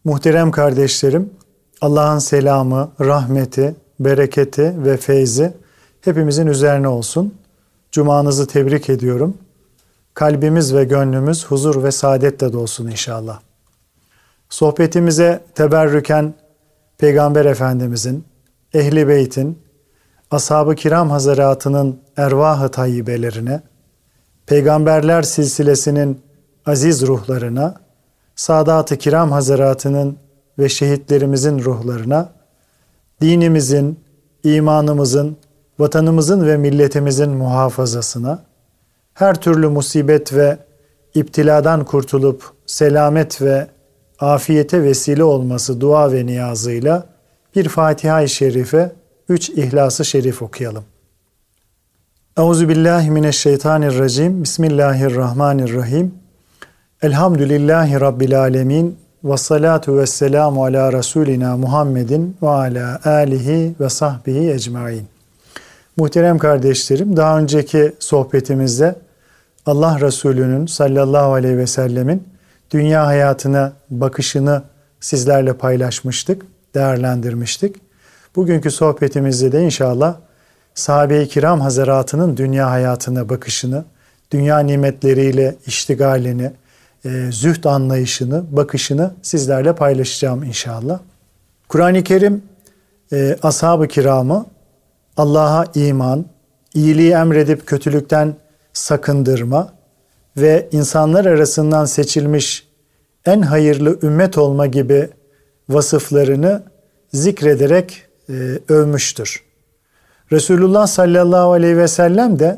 Muhterem kardeşlerim, Allah'ın selamı, rahmeti, bereketi ve feyzi hepimizin üzerine olsun. Cumanızı tebrik ediyorum. Kalbimiz ve gönlümüz huzur ve saadetle dolsun inşallah. Sohbetimize teberrüken Peygamber Efendimizin, Ehl-i Beyt'in, Ashab-ı Kiram Hazaratının ervah-ı tayyibelerine, Peygamberler silsilesinin aziz ruhlarına, Sadat-ı Kiram Hazaratının ve şehitlerimizin ruhlarına, dinimizin, imanımızın, vatanımızın ve milletimizin muhafazasına, her türlü musibet ve iptiladan kurtulup selamet ve afiyete vesile olması dua ve niyazıyla bir Fatiha-i Şerife, 3 İhlas-ı Şerif okuyalım. Euzubillahimineşşeytanirracim. Bismillahirrahmanirrahim. Elhamdülillahi Rabbil alemin. Ve salatu ve selamu ala Resulina Muhammedin ve ala alihi ve sahbihi ecmain. Muhterem kardeşlerim, daha önceki sohbetimizde Allah Resulü'nün sallallahu aleyhi ve sellemin dünya hayatına bakışını sizlerle paylaşmıştık, değerlendirmiştik. Bugünkü sohbetimizde de inşallah sahabe-i kiram hazaratının dünya hayatına bakışını, dünya nimetleriyle iştigalini, zühd anlayışını, bakışını sizlerle paylaşacağım inşallah. Kur'an-ı Kerim ashab-ı kiramı Allah'a iman, iyiliği emredip kötülükten sakındırma ve insanlar arasından seçilmiş en hayırlı ümmet olma gibi vasıflarını zikrederek övmüştür. Resulullah sallallahu aleyhi ve sellem de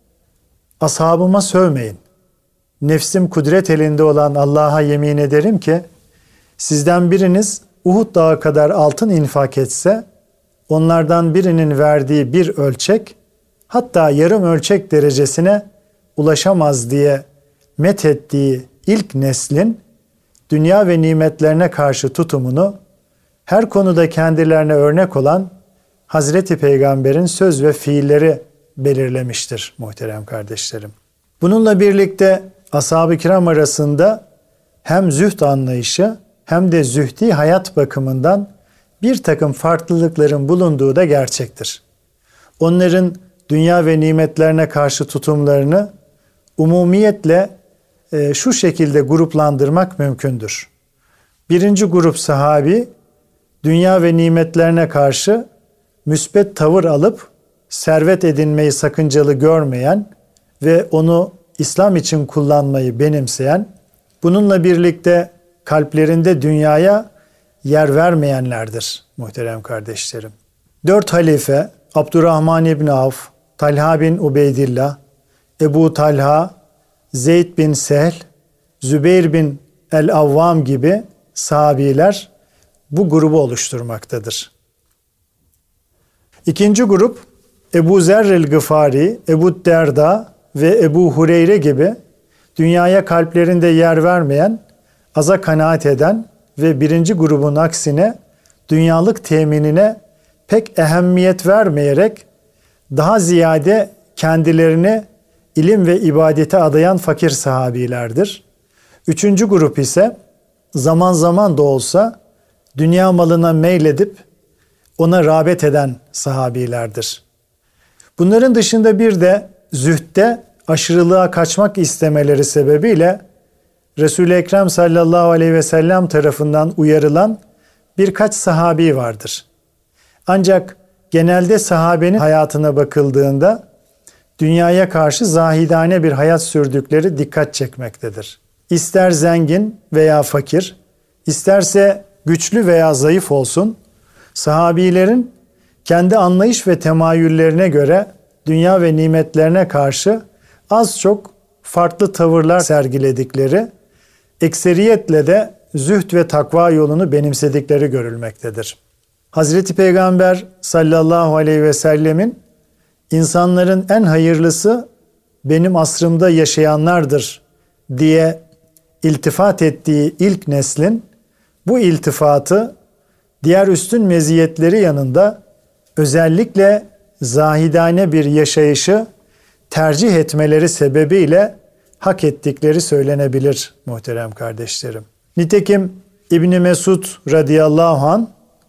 ashabıma sövmeyin. Nefsim kudret elinde olan Allah'a yemin ederim ki sizden biriniz Uhud dağı kadar altın infak etse onlardan birinin verdiği bir ölçek hatta yarım ölçek derecesine ulaşamaz diye methettiği ilk neslin dünya ve nimetlerine karşı tutumunu her konuda kendilerine örnek olan Hazreti Peygamber'in söz ve fiilleri belirlemiştir muhterem kardeşlerim. Bununla birlikte ashab-ı kiram arasında hem zühd anlayışı hem de zühdi hayat bakımından bir takım farklılıkların bulunduğu da gerçektir. Onların dünya ve nimetlerine karşı tutumlarını umumiyetle şu şekilde gruplandırmak mümkündür. Birinci grup sahabi, dünya ve nimetlerine karşı müsbet tavır alıp servet edinmeyi sakıncalı görmeyen ve onu İslam için kullanmayı benimseyen, bununla birlikte kalplerinde dünyaya yer vermeyenlerdir muhterem kardeşlerim. 4 halife Abdurrahman İbni Avf, Talha bin Ubeydillah, Ebu Talha, Zeyd bin Sehl, Zübeyir bin el-Avvam gibi sahabiler bu grubu oluşturmaktadır. İkinci grup Ebu Zer el-Gıfari, Ebu Derda ve Ebu Hureyre gibi dünyaya kalplerinde yer vermeyen, aza kanaat eden ve birinci grubun aksine dünyalık teminine pek ehemmiyet vermeyerek daha ziyade kendilerini ilim ve ibadete adayan fakir sahabilerdir. Üçüncü grup ise zaman zaman da olsa dünya malına meyledip ona rağbet eden sahabilerdir. Bunların dışında bir de zühdde aşırılığa kaçmak istemeleri sebebiyle Resul-i Ekrem sallallahu aleyhi ve sellem tarafından uyarılan birkaç sahabi vardır. Ancak genelde sahabenin hayatına bakıldığında dünyaya karşı zahidane bir hayat sürdükleri dikkat çekmektedir. İster zengin veya fakir, isterse güçlü veya zayıf olsun, sahabilerin kendi anlayış ve temayüllerine göre dünya ve nimetlerine karşı az çok farklı tavırlar sergiledikleri, ekseriyetle de zühd ve takva yolunu benimsedikleri görülmektedir. Hazreti Peygamber sallallahu aleyhi ve sellemin insanların en hayırlısı benim asrımda yaşayanlardır diye iltifat ettiği ilk neslin bu iltifatı diğer üstün meziyetleri yanında özellikle zahidane bir yaşayışı tercih etmeleri sebebiyle hak ettikleri söylenebilir muhterem kardeşlerim. Nitekim İbni Mesud radıyallahu anh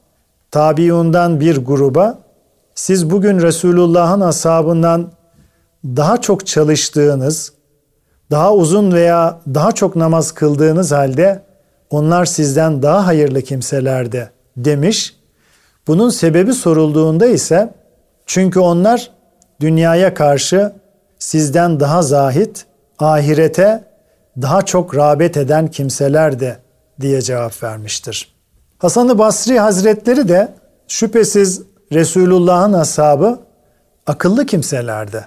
tabiundan bir gruba, siz bugün Resulullah'ın ashabından daha çok çalıştığınız, daha uzun veya daha çok namaz kıldığınız halde onlar sizden daha hayırlı kimselerde demiş. Bunun sebebi sorulduğunda ise çünkü onlar dünyaya karşı sizden daha zahit, ahirete daha çok rağbet eden kimselerdi diye cevap vermiştir. Hasan-ı Basri Hazretleri de şüphesiz Resulullah'ın ashabı akıllı kimselerdi.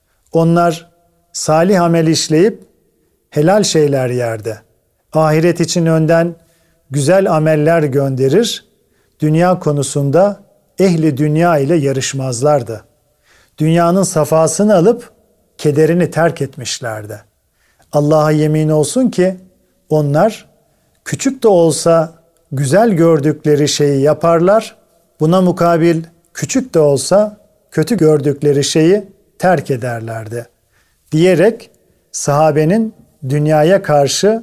Onlar salih amel işleyip helal şeyler yerdi. Ahiret için önden güzel ameller gönderir, dünya konusunda ehli dünya ile yarışmazlardı. Dünyanın safasını alıp kederini terk etmişlerdi. Allah'a yemin olsun ki onlar küçük de olsa güzel gördükleri şeyi yaparlar, buna mukabil küçük de olsa kötü gördükleri şeyi terk ederlerdi diyerek sahabenin dünyaya karşı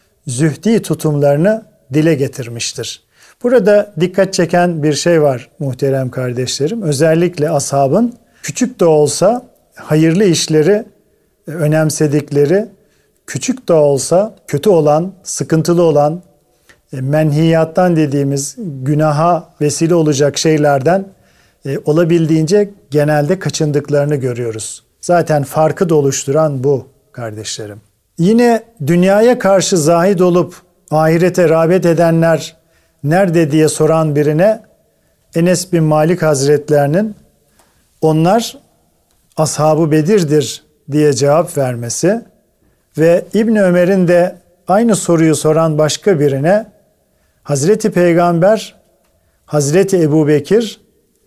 zühdi tutumlarını dile getirmiştir. Burada dikkat çeken bir şey var muhterem kardeşlerim. Özellikle ashabın küçük de olsa hayırlı işleri önemsedikleri, küçük de olsa kötü olan, sıkıntılı olan, menhiyattan dediğimiz günaha vesile olacak şeylerden olabildiğince genelde kaçındıklarını görüyoruz. Zaten farkı da oluşturan bu kardeşlerim. Yine dünyaya karşı zahid olup ahirete rağbet edenler nerede diye soran birine Enes bin Malik Hazretlerinin onlar Ashab-ı Bedir'dir diye cevap vermesi ve İbn Ömer'in de aynı soruyu başka birine Hazreti Peygamber, Hazreti Ebubekir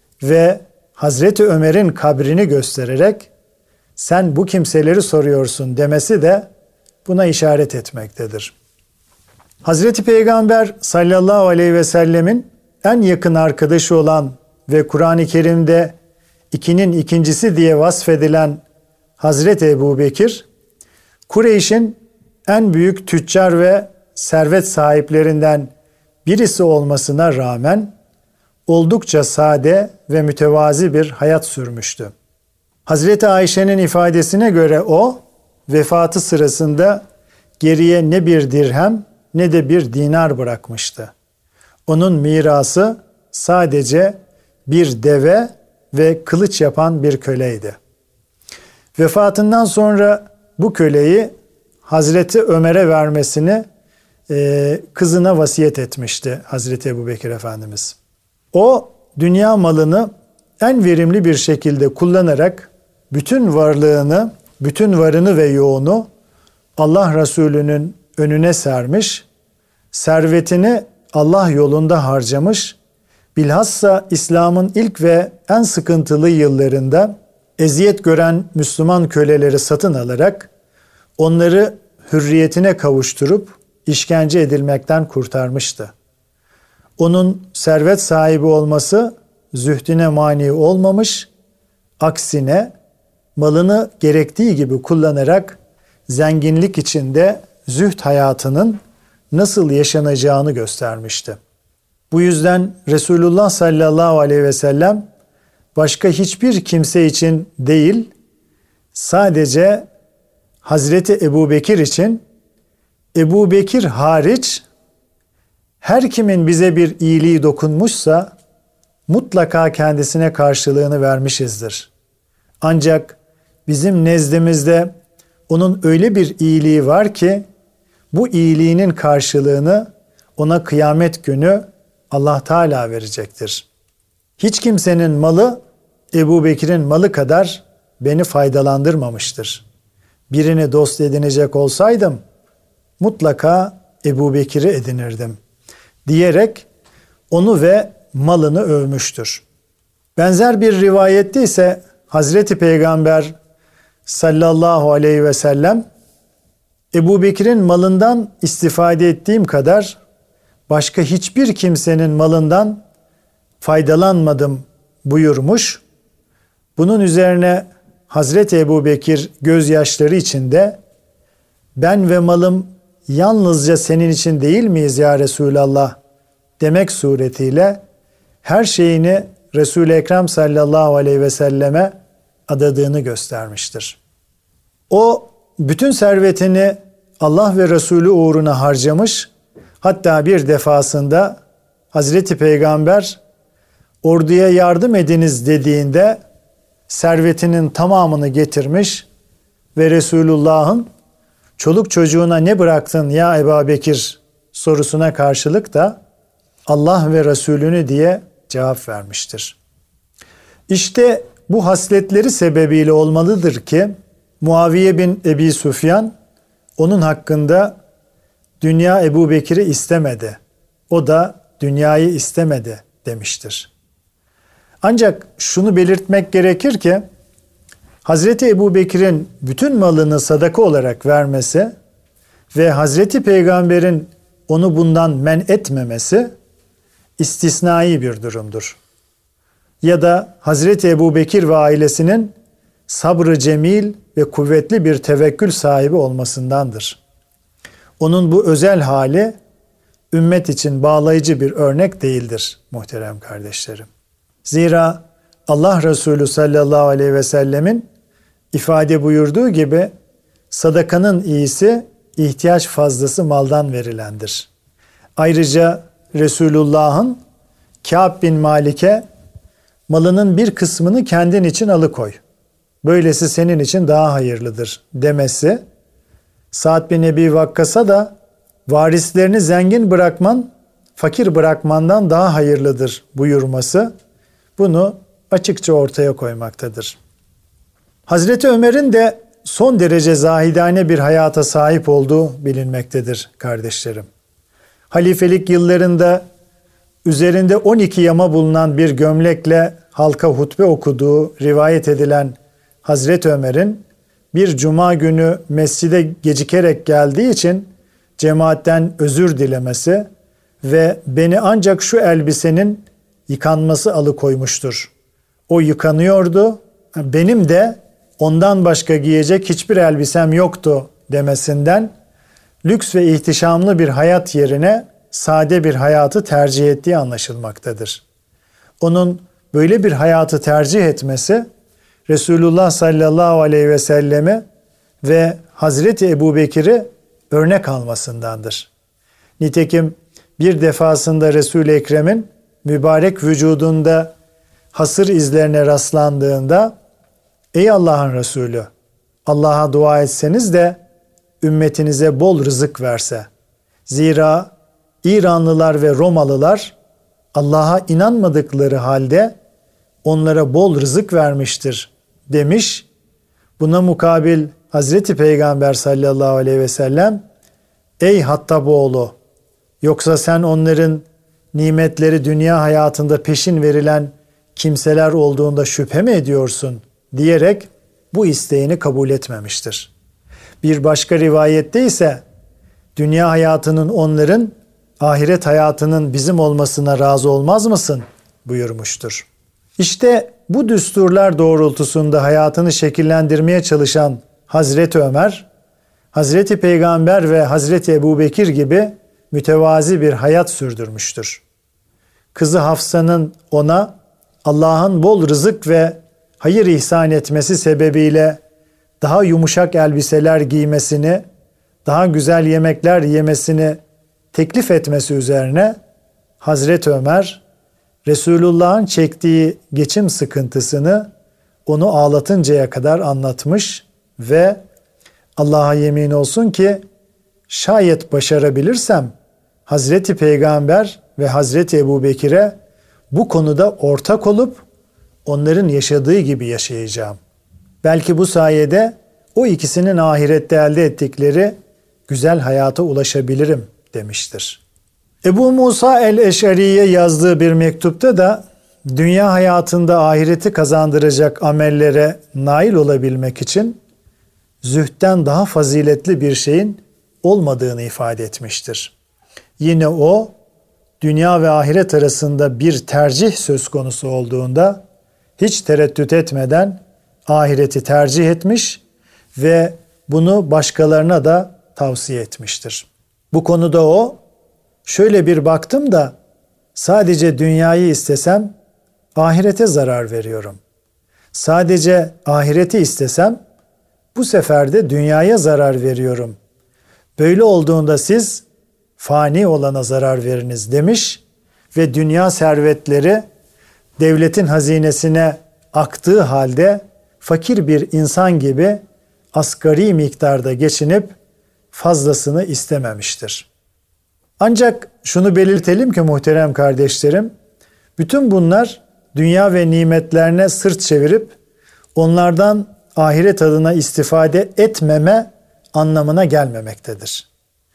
ve Hazreti Ömer'in kabrini göstererek sen bu kimseleri soruyorsun demesi de buna işaret etmektedir. Hazreti Peygamber sallallahu aleyhi ve sellemin en yakın arkadaşı olan ve Kur'an-ı Kerim'de ikinin ikincisi diye vasfedilen Hazreti Ebubekir, Kureyş'in en büyük tüccar ve servet sahiplerinden birisi olmasına rağmen oldukça sade ve mütevazi bir hayat sürmüştü. Hazreti Ayşe'nin ifadesine göre o, vefatı sırasında geriye ne bir dirhem ne de bir dinar bırakmıştı. Onun mirası sadece bir deve ve kılıç yapan bir köleydi. Vefatından sonra bu köleyi Hazreti Ömer'e vermesini kızına vasiyet etmişti Hazreti Ebubekir Efendimiz. O dünya malını en verimli bir şekilde kullanarak bütün varını ve yoğunu Allah Resulü'nün önüne sermiş, servetini Allah yolunda harcamış, bilhassa İslam'ın ilk ve en sıkıntılı yıllarında eziyet gören Müslüman köleleri satın alarak onları hürriyetine kavuşturup işkence edilmekten kurtarmıştı. Onun servet sahibi olması zühdüne mani olmamış, aksine malını gerektiği gibi kullanarak zenginlik içinde zühd hayatının nasıl yaşanacağını göstermişti. Bu yüzden Resulullah sallallahu aleyhi ve sellem başka hiçbir kimse için değil, sadece Hazreti Ebubekir için, Ebubekir hariç her kimin bize bir iyiliği dokunmuşsa mutlaka kendisine karşılığını vermişizdir. Ancak bizim nezdimizde onun öyle bir iyiliği var ki bu iyiliğinin karşılığını ona kıyamet günü Allah Teala verecektir. Hiç kimsenin malı Ebubekir'in malı kadar beni faydalandırmamıştır. Birini dost edinecek olsaydım mutlaka Ebubekir'i edinirdim diyerek onu ve malını övmüştür. Benzer bir rivayette ise Hazreti Peygamber sallallahu aleyhi ve sellem Ebubekir'in malından istifade ettiğim kadar başka hiçbir kimsenin malından faydalanmadım buyurmuş. Bunun üzerine Hazreti Ebubekir gözyaşları içinde ben ve malım yalnızca senin için değil miyiz ya Resulallah demek suretiyle her şeyini Resul-i Ekrem sallallahu aleyhi ve selleme adadığını göstermiştir. O bütün servetini Allah ve Resulü uğruna harcamış, hatta bir defasında Hazreti Peygamber orduya yardım ediniz dediğinde servetinin tamamını getirmiş ve Resulullah'ın çoluk çocuğuna ne bıraktın ya Ebu Bekir sorusuna karşılık da Allah ve Resulünü diye cevap vermiştir. İşte bu hasletleri sebebiyle olmalıdır ki Muaviye bin Ebi Süfyan onun hakkında dünya Ebu Bekir'i istemedi. O da dünyayı istemedi demiştir. Ancak şunu belirtmek gerekir ki Hazreti Ebu Bekir'in bütün malını sadaka olarak vermesi ve Hazreti Peygamber'in onu bundan men etmemesi istisnai bir durumdur. Ya da Hazreti Ebu Bekir ve ailesinin sabrı cemil ve kuvvetli bir tevekkül sahibi olmasındandır. Onun bu özel hali ümmet için bağlayıcı bir örnek değildir muhterem kardeşlerim. Zira Allah Resulü sallallahu aleyhi ve sellemin ifade buyurduğu gibi sadakanın iyisi ihtiyaç fazlası maldan verilendir. Ayrıca Resulullah'ın Kâb bin Malik'e malının bir kısmını kendin için alıkoy. Böylesi senin için daha hayırlıdır demesi, Sa'd bin Ebi Vakkas'a da varislerini zengin bırakman, fakir bırakmandan daha hayırlıdır buyurması, bunu açıkça ortaya koymaktadır. Hazreti Ömer'in de son derece zahidane bir hayata sahip olduğu bilinmektedir kardeşlerim. Halifelik yıllarında üzerinde 12 yama bulunan bir gömlekle halka hutbe okuduğu rivayet edilen Hazreti Ömer'in bir cuma günü mescide gecikerek geldiği için cemaatten özür dilemesi ve beni ancak şu elbisenin yıkanması alıkoymuştur. O yıkanıyordu, benim de ondan başka giyecek hiçbir elbisem yoktu demesinden lüks ve ihtişamlı bir hayat yerine sade bir hayatı tercih ettiği anlaşılmaktadır. Onun böyle bir hayatı tercih etmesi Resulullah sallallahu aleyhi ve sellemi ve Hazreti Ebu Bekir'i örnek almasındandır. Nitekim bir defasında Resul-i Ekrem'in mübarek vücudunda hasır izlerine rastlandığında ey Allah'ın Resulü, Allah'a dua etseniz de ümmetinize bol rızık verse. Zira İranlılar ve Romalılar Allah'a inanmadıkları halde onlara bol rızık vermiştir demiş. Buna mukabil Hazreti Peygamber sallallahu aleyhi ve sellem ey Hattaboğlu, yoksa sen onların nimetleri dünya hayatında peşin verilen kimseler olduğunda şüphe mi ediyorsun diyerek bu isteğini kabul etmemiştir. Bir başka rivayette ise dünya hayatının onların, ahiret hayatının bizim olmasına razı olmaz mısın buyurmuştur. İşte bu düsturlar doğrultusunda hayatını şekillendirmeye çalışan Hazreti Ömer, Hazreti Peygamber ve Hazreti Ebu Bekir gibi mütevazi bir hayat sürdürmüştür. Kızı Hafsa'nın ona Allah'ın bol rızık ve hayır ihsan etmesi sebebiyle daha yumuşak elbiseler giymesini, daha güzel yemekler yemesini teklif etmesi üzerine Hazreti Ömer, Resulullah'ın çektiği geçim sıkıntısını onu ağlatıncaya kadar anlatmış ve Allah'a yemin olsun ki şayet başarabilirsem Hazreti Peygamber ve Hazreti Ebu Bekir'e bu konuda ortak olup onların yaşadığı gibi yaşayacağım. Belki bu sayede o ikisinin ahirette elde ettikleri güzel hayata ulaşabilirim demiştir. Ebu Musa el-Eş'ari'ye yazdığı bir mektupta da dünya hayatında ahireti kazandıracak amellere nail olabilmek için zühtten daha faziletli bir şeyin olmadığını ifade etmiştir. Yine o, dünya ve ahiret arasında bir tercih söz konusu olduğunda hiç tereddüt etmeden ahireti tercih etmiş ve bunu başkalarına da tavsiye etmiştir. Bu konuda o, şöyle bir baktım da sadece dünyayı istesem ahirete zarar veriyorum. Sadece ahireti istesem bu sefer de dünyaya zarar veriyorum. Böyle olduğunda siz fani olana zarar veriniz demiş ve dünya servetleri devletin hazinesine aktığı halde fakir bir insan gibi asgari miktarda geçinip fazlasını istememiştir. Ancak şunu belirtelim ki muhterem kardeşlerim, bütün bunlar dünya ve nimetlerine sırt çevirip onlardan ahiret adına istifade etmeme anlamına gelmemektedir.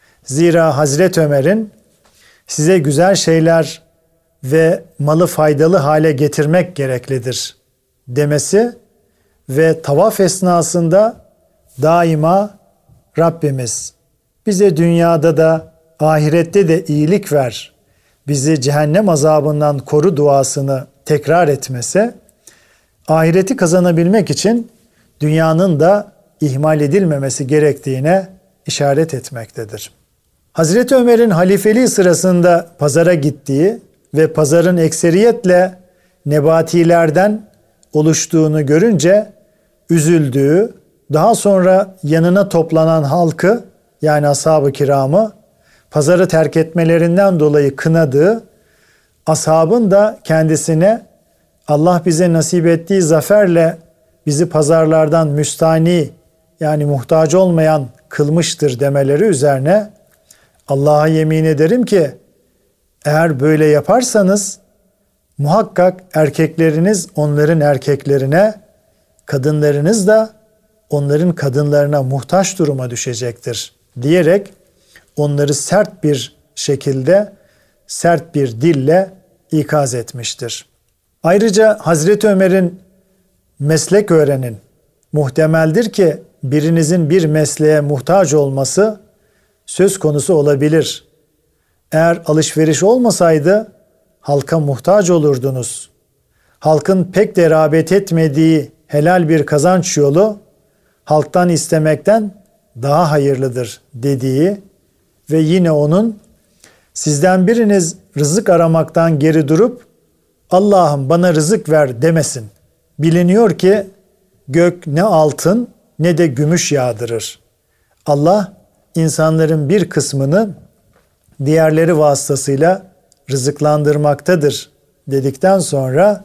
Zira Hazreti Ömer'in size güzel şeyler ve malı faydalı hale getirmek gereklidir demesi ve tavaf esnasında daima Rabbimiz bize dünyada da ahirette de iyilik ver, bizi cehennem azabından koru duasını tekrar etmesi, ahireti kazanabilmek için dünyanın da ihmal edilmemesi gerektiğine işaret etmektedir. Hazreti Ömer'in halifeliği sırasında pazara gittiği ve pazarın ekseriyetle nebatilerden oluştuğunu görünce üzüldüğü, daha sonra yanına toplanan halkı yani ashab-ı kiramı pazarı terk etmelerinden dolayı kınadığı, ashabın da kendisine Allah bize nasip ettiği zaferle bizi pazarlardan müstani yani muhtaç olmayan kılmıştır demeleri üzerine Allah'a yemin ederim ki eğer böyle yaparsanız muhakkak erkekleriniz onların erkeklerine, kadınlarınız da onların kadınlarına muhtaç duruma düşecektir diyerek onları sert bir şekilde, sert bir dille ikaz etmiştir. Ayrıca Hazreti Ömer'in meslek öğrenin, muhtemeldir ki birinizin bir mesleğe muhtaç olması söz konusu olabilir. Eğer alışveriş olmasaydı halka muhtaç olurdunuz. Halkın pek de rağbet etmediği helal bir kazanç yolu halktan istemekten daha hayırlıdır dediği ve yine onun sizden biriniz rızık aramaktan geri durup Allah'ım bana rızık ver demesin. Biliniyor ki gök ne altın ne de gümüş yağdırır. Allah insanların bir kısmını diğerleri vasıtasıyla rızıklandırmaktadır dedikten sonra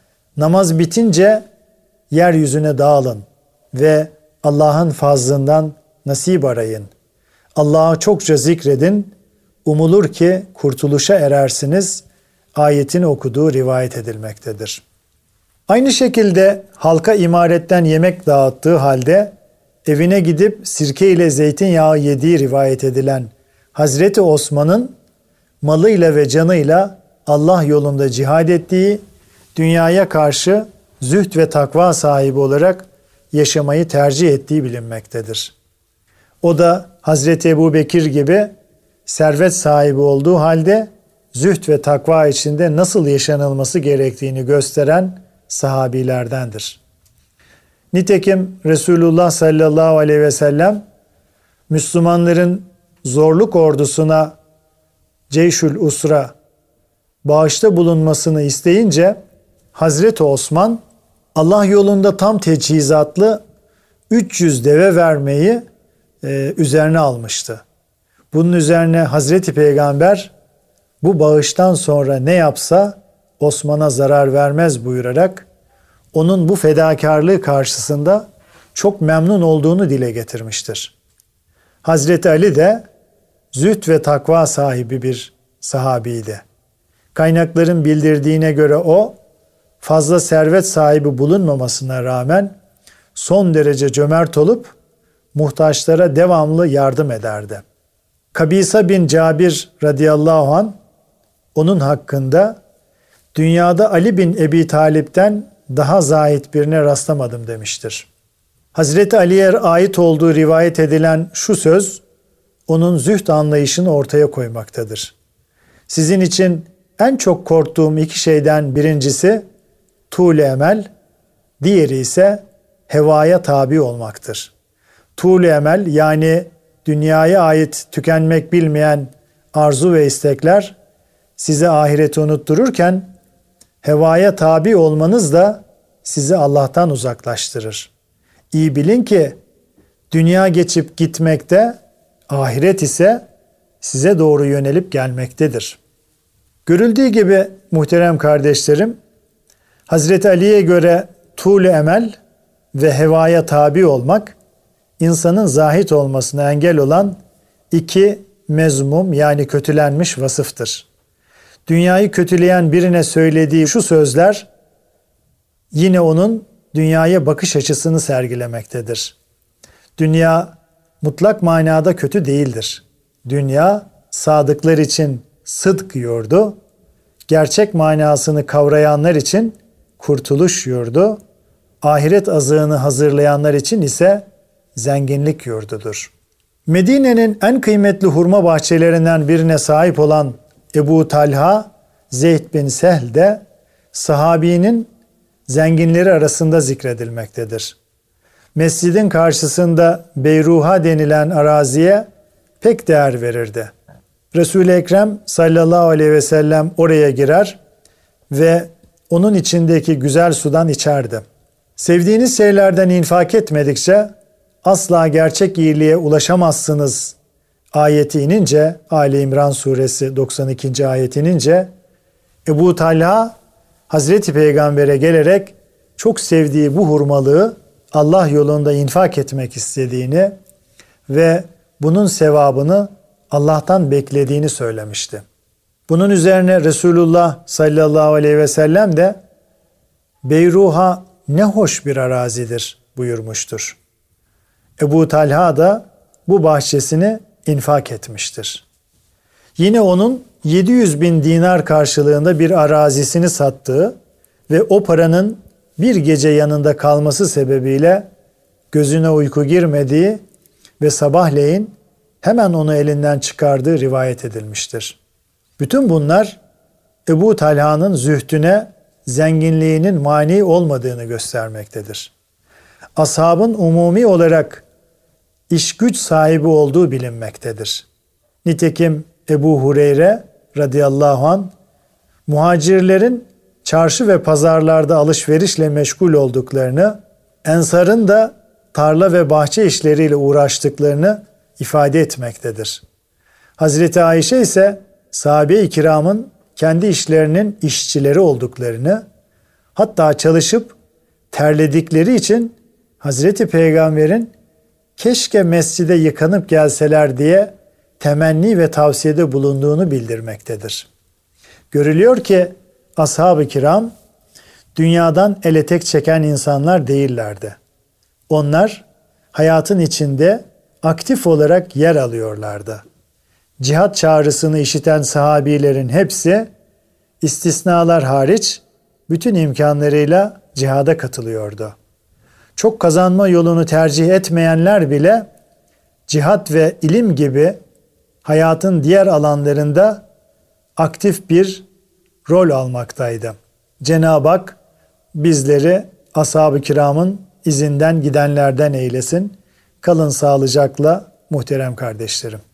namaz bitince yeryüzüne dağılın ve Allah'ın fazlından nasip arayın. Allah'ı çokça zikredin, umulur ki kurtuluşa erersiniz ayetini okuduğu rivayet edilmektedir. Aynı şekilde halka imaretten yemek dağıttığı halde evine gidip sirke ile zeytinyağı yediği rivayet edilen Hazreti Osman'ın malıyla ve canıyla Allah yolunda cihad ettiği, dünyaya karşı zühd ve takva sahibi olarak yaşamayı tercih ettiği bilinmektedir. O da Hazreti Ebubekir gibi servet sahibi olduğu halde zühd ve takva içinde nasıl yaşanılması gerektiğini gösteren sahabilerdendir. Nitekim Resulullah sallallahu aleyhi ve sellem Müslümanların zorluk ordusuna Ceyşül Usra bağışta bulunmasını isteyince Hazreti Osman Allah yolunda tam teçhizatlı 300 deve vermeyi üzerine almıştı. Bunun üzerine Hazreti Peygamber bu bağıştan sonra ne yapsa Osman'a zarar vermez buyurarak onun bu fedakarlığı karşısında çok memnun olduğunu dile getirmiştir. Hazreti Ali de zühd ve takva sahibi bir sahabiydi. Kaynakların bildirdiğine göre o fazla servet sahibi bulunmamasına rağmen son derece cömert olup muhtaçlara devamlı yardım ederdi. Kabisa bin Cabir radıyallahu anh onun hakkında dünyada Ali bin Ebi Talip'ten daha zahit birine rastlamadım demiştir. Hazreti Ali'ye ait olduğu rivayet edilen şu söz onun zühd anlayışını ortaya koymaktadır. Sizin için en çok korktuğum iki şeyden birincisi tuğle emel, diğeri ise hevaya tabi olmaktır. Tuğle emel yani dünyaya ait tükenmek bilmeyen arzu ve istekler size ahireti unuttururken hevaya tabi olmanız da sizi Allah'tan uzaklaştırır. İyi bilin ki dünya geçip gitmekte, ahiret ise size doğru yönelip gelmektedir. Görüldüğü gibi muhterem kardeşlerim, Hazreti Ali'ye göre tuğlu emel ve hevaya tabi olmak, insanın zahit olmasına engel olan iki mezmum yani kötülenmiş vasıftır. Dünyayı kötüleyen birine söylediği şu sözler, yine onun dünyaya bakış açısını sergilemektedir. Dünya mutlak manada kötü değildir. Dünya sadıklar için sıdk yurdu, gerçek manasını kavrayanlar için kurtuluş yurdu, ahiret azığını hazırlayanlar için ise zenginlik yurdudur. Medine'nin en kıymetli hurma bahçelerinden birine sahip olan Ebu Talha, Zeyd bin Sehl de sahabinin zenginleri arasında zikredilmektedir. Mescidin karşısında Beyruha denilen araziye pek değer verirdi. Resul-i Ekrem sallallahu aleyhi ve sellem oraya girer ve onun içindeki güzel sudan içerdi. Sevdiğiniz şeylerden infak etmedikçe asla gerçek iyiliğe ulaşamazsınız ayeti inince, Ali İmran suresi 92. ayet inince, Ebu Talha Hazreti Peygamber'e gelerek çok sevdiği bu hurmalığı Allah yolunda infak etmek istediğini ve bunun sevabını Allah'tan beklediğini söylemişti. Bunun üzerine Resulullah sallallahu aleyhi ve sellem de Beyruha ne hoş bir arazidir buyurmuştur. Ebu Talha da bu bahçesini infak etmiştir. Yine onun 700 bin dinar karşılığında bir arazisini sattığı ve o paranın bir gece yanında kalması sebebiyle gözüne uyku girmediği ve sabahleyin hemen onu elinden çıkardığı rivayet edilmiştir. Bütün bunlar Ebu Talha'nın zühdüne, zenginliğinin mani olmadığını göstermektedir. Ashabın umumi olarak iş güç sahibi olduğu bilinmektedir. Nitekim Ebu Hureyre radıyallahu anh, muhacirlerin çarşı ve pazarlarda alışverişle meşgul olduklarını, ensarın da tarla ve bahçe işleriyle uğraştıklarını ifade etmektedir. Hazreti Ayşe ise sahabe-i kiramın kendi işlerinin işçileri olduklarını, hatta çalışıp terledikleri için Hazreti Peygamber'in keşke mescide yıkanıp gelseler diye temenni ve tavsiyede bulunduğunu bildirmektedir. Görülüyor ki ashab-ı kiram dünyadan ele tek çeken insanlar değillerdi. Onlar hayatın içinde aktif olarak yer alıyorlardı. Cihat çağrısını işiten sahabilerin hepsi istisnalar hariç bütün imkanlarıyla cihada katılıyordu. Çok kazanma yolunu tercih etmeyenler bile cihat ve ilim gibi hayatın diğer alanlarında aktif bir rol almaktaydı. Cenab-ı Hak bizleri ashab-ı kiramın izinden gidenlerden eylesin. Kalın sağlıcakla muhterem kardeşlerim.